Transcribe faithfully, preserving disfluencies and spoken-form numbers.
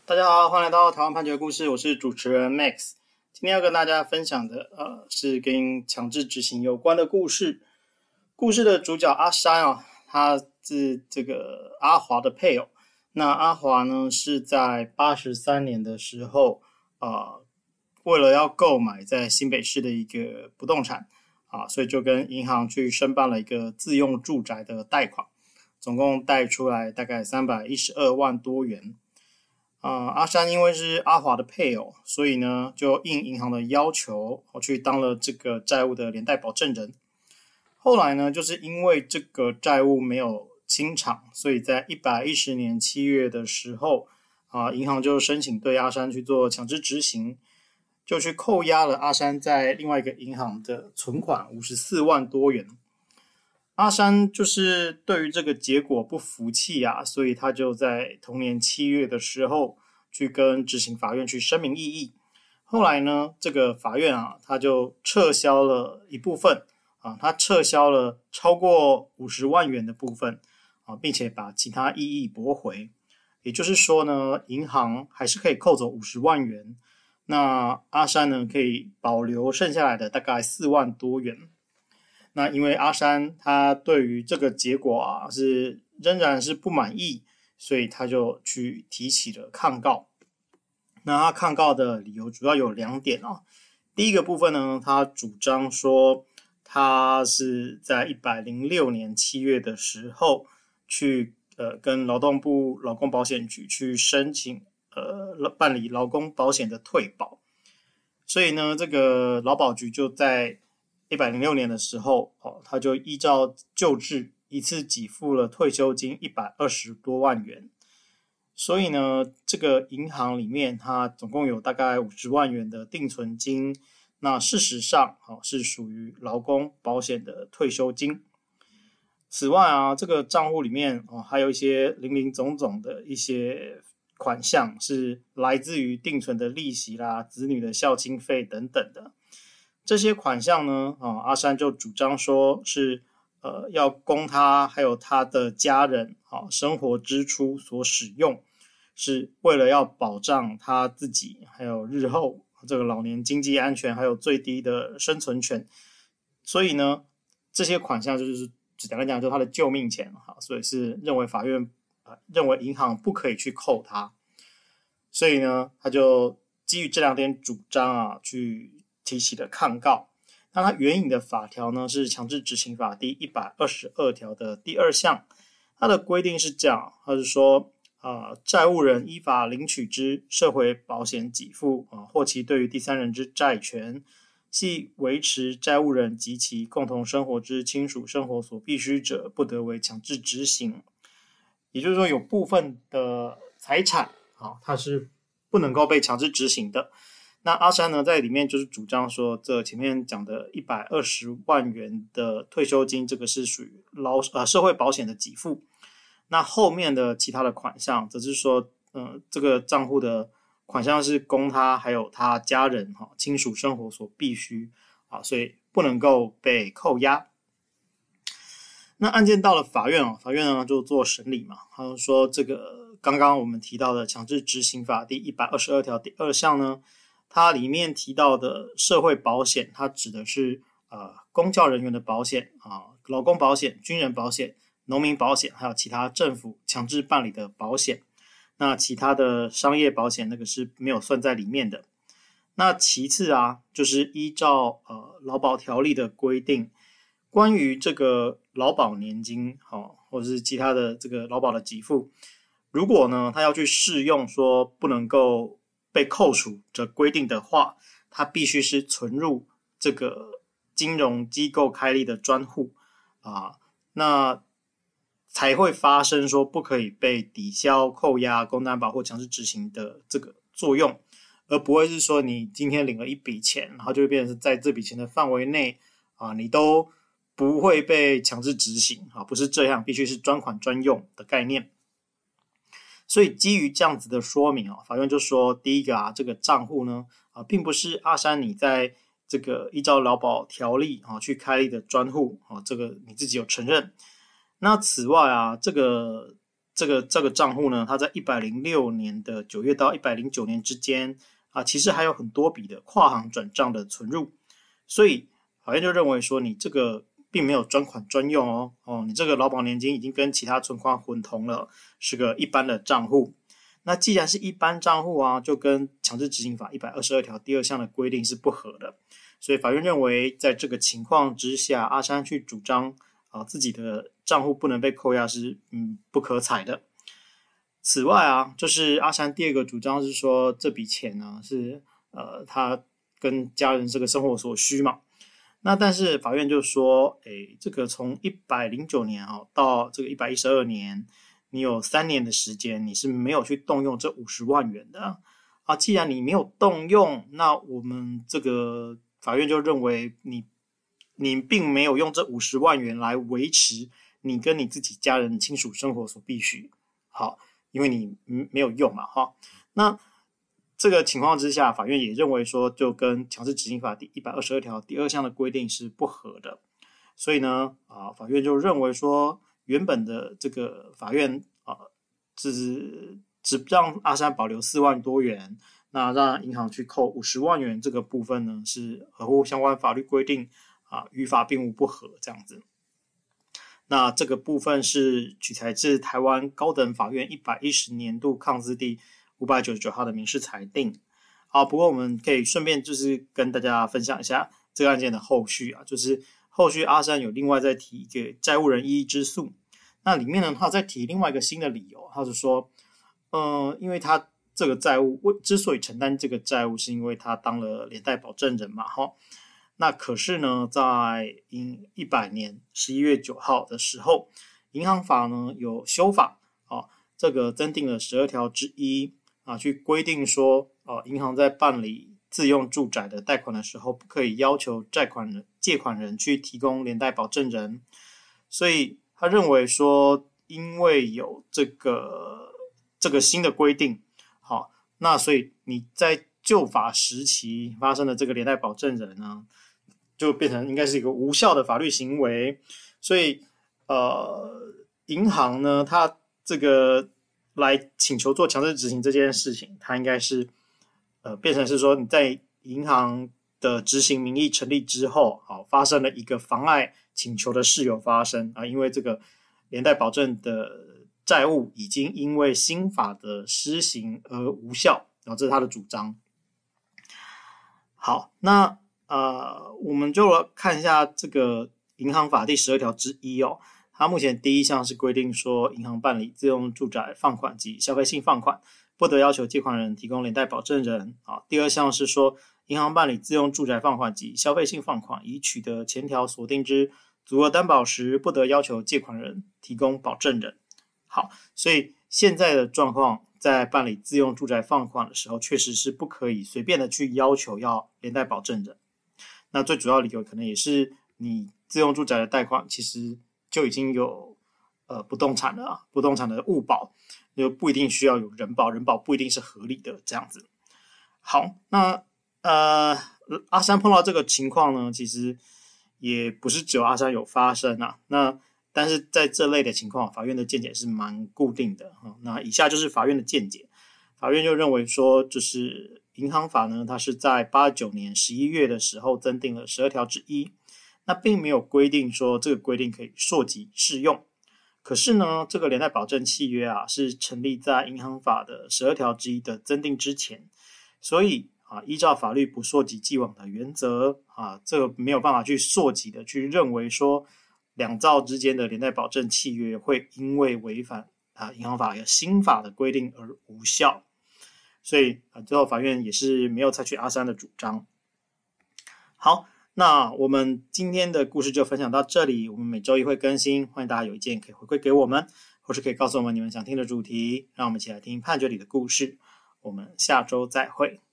大家好，欢迎来到台湾判决故事，我是主持人 Max。今天要跟大家分享的呃是跟强制执行有关的故事。故事的主角阿山啊，他是这个阿华的配偶。那阿华呢是在八十三年的时候啊、呃，为了要购买在新北市的一个不动产啊，所以就跟银行去申办了一个自用住宅的贷款，总共贷出来大概三百一十二万多元。呃，阿山因为是阿华的配偶，所以呢就应银行的要求，我去当了这个债务的连带保证人。后来呢，就是因为这个债务没有清偿，所以在一百一十年七月的时候，啊、呃，银行就申请对阿山去做强制执行，就去扣押了阿山在另外一个银行的存款五十四万多元。阿山就是对于这个结果不服气啊，所以他就在同年七月的时候去跟执行法院去声明异议。后来呢，这个法院啊，他就撤销了一部分啊，他撤销了超过五十万元的部分啊，并且把其他异议驳回。也就是说呢，银行还是可以扣走五十万元，那阿山呢可以保留剩下来的大概四万多元。那因为阿山他对于这个结果啊是仍然是不满意，所以他就去提起了抗告。那他抗告的理由主要有两点啊。第一个部分呢，他主张说他是在一百零六年七月的时候去呃跟劳动部劳工保险局去申请呃办理劳工保险的退保，所以呢这个劳保局就在一百零六年的时候，哦，他就依照旧制一次给付了退休金一百二十多万元。所以呢，这个银行里面它总共有大概五十万元的定存金，那事实上，哦，是属于劳工保险的退休金。此外啊，这个账户里面，哦，还有一些零零总总的一些款项是来自于定存的利息啦、子女的孝亲费等等的。这些款项呢，啊、阿山就主张说是呃要供他还有他的家人啊生活支出所使用，是为了要保障他自己还有日后这个老年经济安全还有最低的生存权。所以呢，这些款项就是简单讲就是他的救命钱，哈，所以是认为法院、呃、认为银行不可以去扣他，所以呢，他就基于这两点主张啊去提起的抗告。那它援引的法条呢是强制执行法第一百二十二条的第二项，它的规定是这样，它是说呃，债务人依法领取之社会保险给付、呃、或其对于第三人之债权，系维持债务人及其共同生活之亲属生活所必须者，不得为强制执行。也就是说，有部分的财产、哦、它是不能够被强制执行的。那阿山呢，在里面就是主张说，这前面讲的一百二十万元的退休金，这个是属于劳呃社会保险的给付。那后面的其他的款项，则是说，呃，这个账户的款项是供他还有他家人哈、哦、亲属生活所必须啊，所以不能够被扣押。那案件到了法院哦，法院呢就做审理嘛，他就说这个刚刚我们提到的强制执行法第一百二十二条第二项呢。它里面提到的社会保险，它指的是呃公教人员的保险啊、劳工保险、军人保险、农民保险，还有其他政府强制办理的保险。那其他的商业保险那个是没有算在里面的。那其次啊，就是依照呃劳保条例的规定，关于这个劳保年金，哦，或者是其他的这个劳保的给付，如果呢他要去适用说不能够被扣除这规定的话，它必须是存入这个金融机构开立的专户啊，那才会发生说不可以被抵消、扣押、公担保或强制执行的这个作用，而不会是说你今天领了一笔钱，然后就会变成是在这笔钱的范围内啊，你都不会被强制执行啊，不是这样，必须是专款专用的概念。所以基于这样子的说明啊，法院就说，第一个啊，这个账户呢啊，并不是阿山你在这个依照劳保条例啊去开立的专户啊，这个你自己有承认。那此外啊，这个这个这个账户呢，它在一百零六年的九月到一百零九年之间啊，其实还有很多笔的跨行转账的存入，所以法院就认为说你这个并没有专款专用哦，哦，你这个劳保年金已经跟其他存款混同了，是个一般的账户。那既然是一般账户啊，就跟强制执行法一百二十二条第二项的规定是不合的，所以法院认为在这个情况之下，阿山去主张啊自己的账户不能被扣押是嗯不可采的。此外啊，就是阿山第二个主张是说这笔钱呢是呃他跟家人这个生活所需嘛。那但是法院就说，诶，这个从一百零九年啊到这个一百一十二年，你有三年的时间，你是没有去动用这五十万元的啊。既然你没有动用，那我们这个法院就认为你你并没有用这五十万元来维持你跟你自己家人亲属生活所必须。好，因为你没有用嘛，哈。那这个情况之下，法院也认为说，就跟强制执行法第一百二十二条第二项的规定是不合的，所以呢，啊，法院就认为说，原本的这个法院啊，只只让阿山保留四万多元，那让银行去扣五十万元这个部分呢，是合乎相关法律规定啊，与法并无不合这样子。那这个部分是取材自台湾高等法院一百一十年度抗字第五百九十九号的民事裁定。好，不过我们可以顺便就是跟大家分享一下这个案件的后续啊，就是后续阿山有另外再提一个债务人异议之诉，那里面呢他再提另外一个新的理由，他是说，呃，因为他这个债务之所以承担这个债务，是因为他当了连带保证人嘛，哈。那可是呢，在一百年十一月九号的时候，银行法呢有修法啊，这个增订了十二条之一啊，去规定说，啊，银行在办理自用住宅的贷款的时候，不可以要求债款人、借款人去提供连带保证人。所以他认为说，因为有这个这个新的规定，好，那所以你在旧法时期发生的这个连带保证人呢，就变成应该是一个无效的法律行为，所以呃，银行呢，它这个来请求做强制执行这件事情，它应该是呃变成是说你在银行的执行名义成立之后，好，发生了一个妨碍请求的事由发生啊，因为这个连带保证的债务已经因为新法的施行而无效，然后这是他的主张。好，那呃，我们就来看一下这个银行法第十二条之一哦。它目前第一项是规定说，银行办理自用住宅放款及消费性放款，不得要求借款人提供连带保证人啊。第二项是说，银行办理自用住宅放款及消费性放款，已取得前条所定之足额担保时，不得要求借款人提供保证人。好，所以现在的状况，在办理自用住宅放款的时候，确实是不可以随便的去要求要连带保证人。那最主要的理由可能也是你自用住宅的贷款其实就已经有呃不动产了啊，不动产的物保就不一定需要有人保，人保不一定是合理的这样子。好，那呃阿山碰到这个情况呢，其实也不是只有阿山有发生啊。那但是在这类的情况，法院的见解是蛮固定的。那以下就是法院的见解。法院就认为说，就是银行法呢，它是在八十九年十一月的时候增订了十二条之一，那并没有规定说这个规定可以溯及适用。可是呢，这个连带保证契约啊，是成立在银行法的十二条之一的增订之前，所以啊，依照法律不溯及既往的原则啊，这个没有办法去溯及的去认为说，两造之间的连带保证契约会因为违反啊银行法有新法的规定而无效，所以啊最后法院也是没有采取阿山的主张。好，那我们今天的故事就分享到这里，我们每周一会更新，欢迎大家有意见可以回馈给我们，或是可以告诉我们你们想听的主题，让我们一起来听判决里的故事。我们下周再会。